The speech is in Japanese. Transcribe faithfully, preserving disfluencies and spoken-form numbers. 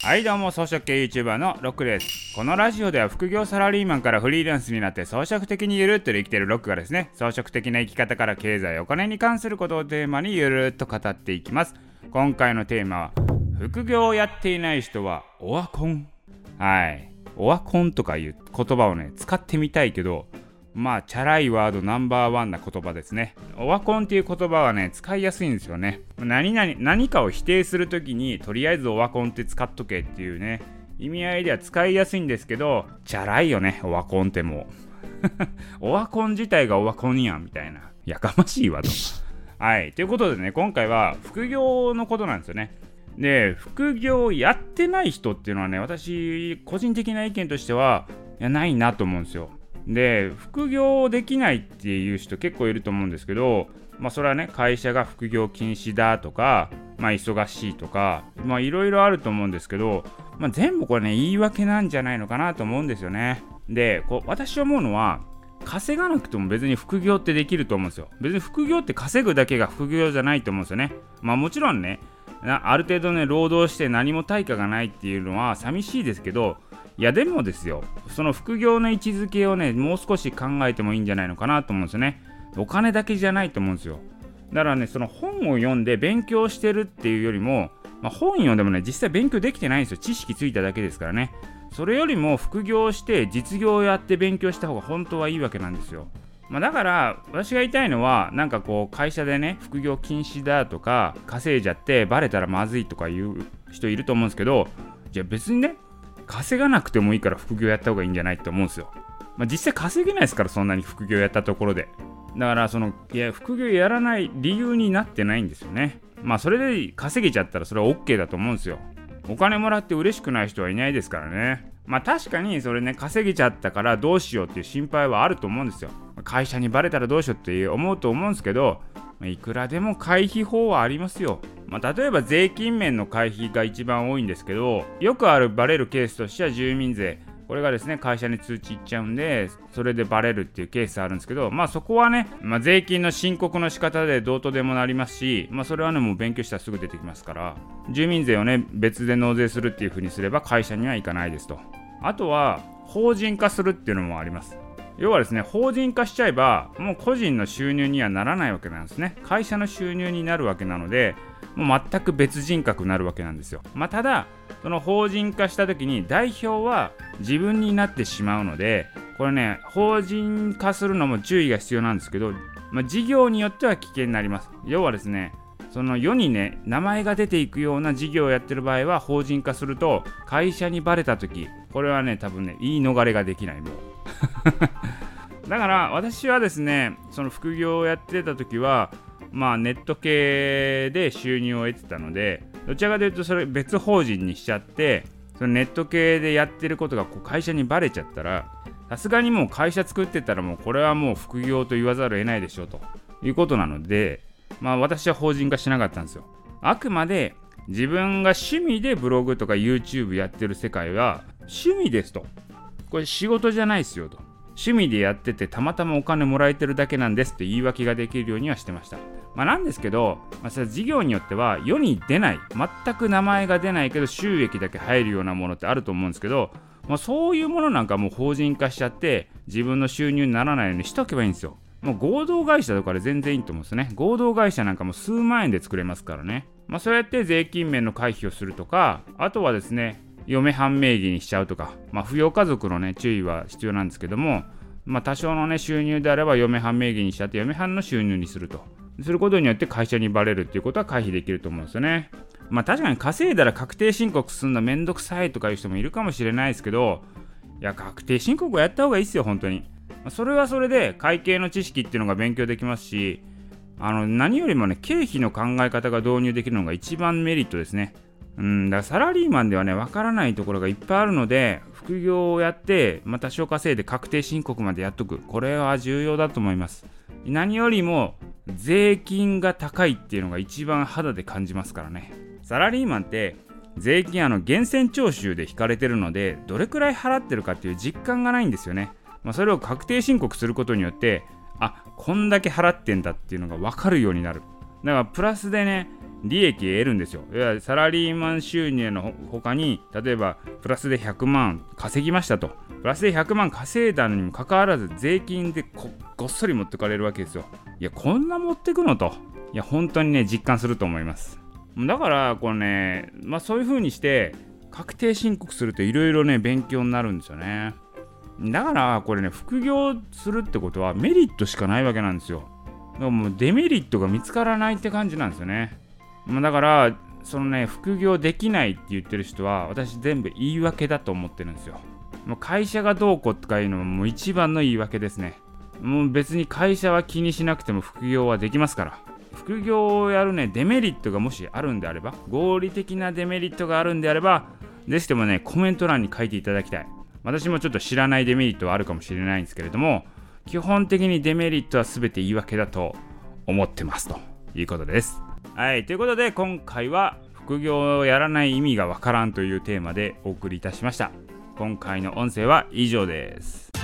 はいどうも、装飾系 YouTuber のロックです。このラジオでは副業サラリーマンからフリーランスになって装飾的にゆるっと生きているロックがですね、装飾的な生き方から経済お金に関することをテーマにゆるっと語っていきます。今回のテーマは副業をやっていない人はオワコン。はいオワコンとかいう言葉をね使ってみたいけど、まあチャラいワードナンバーワンな言葉ですね。オワコンっていう言葉はね使いやすいんですよね。何々何かを否定するときにとりあえずオワコンって使っとけっていうね意味合いでは使いやすいんですけど、チャラいよねオワコンって。もうオワコン自体がオワコンやんみたいな、やかましいわと。はいということでね、今回は副業のことなんですよね。で副業やってない人っていうのはね、私個人的な意見としてはいやないなと思うんですよ。で副業できないっていう人結構いると思うんですけど、まあそれはね会社が副業禁止だとか、まあ忙しいとか、まあいろいろあると思うんですけど、まあ全部これね言い訳なんじゃないのかなと思うんですよね。でこう私思うのは、稼がなくても別に副業ってできると思うんですよ。別に副業って稼ぐだけが副業じゃないと思うんですよね。まあもちろんねある程度ね労働して何も対価がないっていうのは寂しいですけど、いやでもですよ、その副業の位置づけをねもう少し考えてもいいんじゃないのかなと思うんですよね。お金だけじゃないと思うんですよ。だからねその本を読んで勉強してるっていうよりも、まあ、本読んでもね実際勉強できてないんですよ。知識ついただけですからね。それよりも副業して実業をやって勉強した方が本当はいいわけなんですよ。まあ、だから私が言いたいのは、なんかこう会社でね副業禁止だとか稼いじゃってバレたらまずいとかいう人いると思うんですけど、じゃあ別にね稼がなくてもいいから副業やった方がいいんじゃないって思うんですよ。まあ、実際稼げないですから、そんなに副業やったところで。だからそのいや副業やらない理由になってないんですよね。まあそれで稼げちゃったらそれは OK だと思うんですよ。お金もらって嬉しくない人はいないですからね。まあ確かにそれね稼げちゃったからどうしようっていう心配はあると思うんですよ。会社にバレたらどうしようって思うと思うんですけど、いくらでも回避法はありますよ。まあ、例えば税金面の回避が一番多いんですけど、よくあるバレるケースとしては住民税、これがですね会社に通知いっちゃうんでそれでバレるっていうケースあるんですけど、まあそこはね、まあ、税金の申告の仕方でどうとでもなりますし、まあそれはねもう勉強したらすぐ出てきますから、住民税をね別で納税するっていう風にすれば会社には行かないですと。あとは法人化するっていうのもあります。要はですね法人化しちゃえばもう個人の収入にはならないわけなんですね。会社の収入になるわけなので、もう全く別人格になるわけなんですよ。まあただその法人化した時に代表は自分になってしまうので、これね法人化するのも注意が必要なんですけど、まあ、事業によっては危険になります。要はですねその世にね名前が出ていくような事業をやってる場合は法人化すると会社にバレた時、これはね多分ね言い逃れができない。もうだから私はですねその副業をやってた時はまあネット系で収入を得てたので、どちらかというとそれ別法人にしちゃって、そのネット系でやってることがこう会社にバレちゃったら、さすがにもう会社作ってたらもうこれはもう副業と言わざるを得ないでしょうということなので、まあ私は法人化しなかったんですよ。あくまで自分が趣味でブログとか YouTube やってる世界は趣味ですと。これ仕事じゃないですよと。趣味でやっててたまたまお金もらえてるだけなんですって言い訳ができるようにはしてました。まあなんですけど、まあ、それ事業によっては世に出ない、全く名前が出ないけど収益だけ入るようなものってあると思うんですけど、まあ、そういうものなんかもう法人化しちゃって自分の収入にならないようにしとけばいいんですよ。もう合同会社とかで全然いいと思うんですね。合同会社なんかも数万円で作れますからね。まあそうやって税金面の回避をするとか、あとはですね嫁半名義にしちゃうとか、まあ扶養家族のね注意は必要なんですけども、まあ多少のね収入であれば嫁半名義にしちゃって嫁半の収入にするとすることによって会社にバレるっていうことは回避できると思うんですよね。まあ確かに稼いだら確定申告するのめんどくさいとかいう人もいるかもしれないですけど、いや確定申告をやった方がいいですよ本当に。それはそれで会計の知識っていうのが勉強できますし、あの何よりもね経費の考え方が導入できるのが一番メリットですね。うんだからサラリーマンではねわからないところがいっぱいあるので、副業をやってまた多少稼いで確定申告までやっとく、これは重要だと思います。何よりも税金が高いっていうのが一番肌で感じますからね。サラリーマンって税金あの源泉徴収で引かれてるので、どれくらい払ってるかっていう実感がないんですよね。まあ、それを確定申告することによって、あこんだけ払ってんだっていうのが分かるようになる。だからプラスでね利益得るんですよ。いやサラリーマン収入の他に例えばプラスでひゃくまん稼ぎましたと。プラスでひゃくまん稼いだのにもかかわらず税金で こ, ごっそり持ってかれるわけですよ。いやこんな持ってくのと。いや本当にね実感すると思います。だからこれね、まあそういう風にして確定申告するといろいろね勉強になるんですよね。だからこれね副業するってことはメリットしかないわけなんですよ。だからもうデメリットが見つからないって感じなんですよね。だからそのね副業できないって言ってる人は私全部言い訳だと思ってるんですよ。もう会社がどうこうとかいうのはもう一番の言い訳ですね。もう別に会社は気にしなくても副業はできますから。副業をやるねデメリットがもしあるんであれば、合理的なデメリットがあるんであれば、ぜひともねコメント欄に書いていただきたい。私もちょっと知らないデメリットはあるかもしれないんですけれども、基本的にデメリットは全て言い訳だと思ってますということです。はい、ということで今回は副業をやらない意味がわからんというテーマでお送りいたしました。今回の音声は以上です。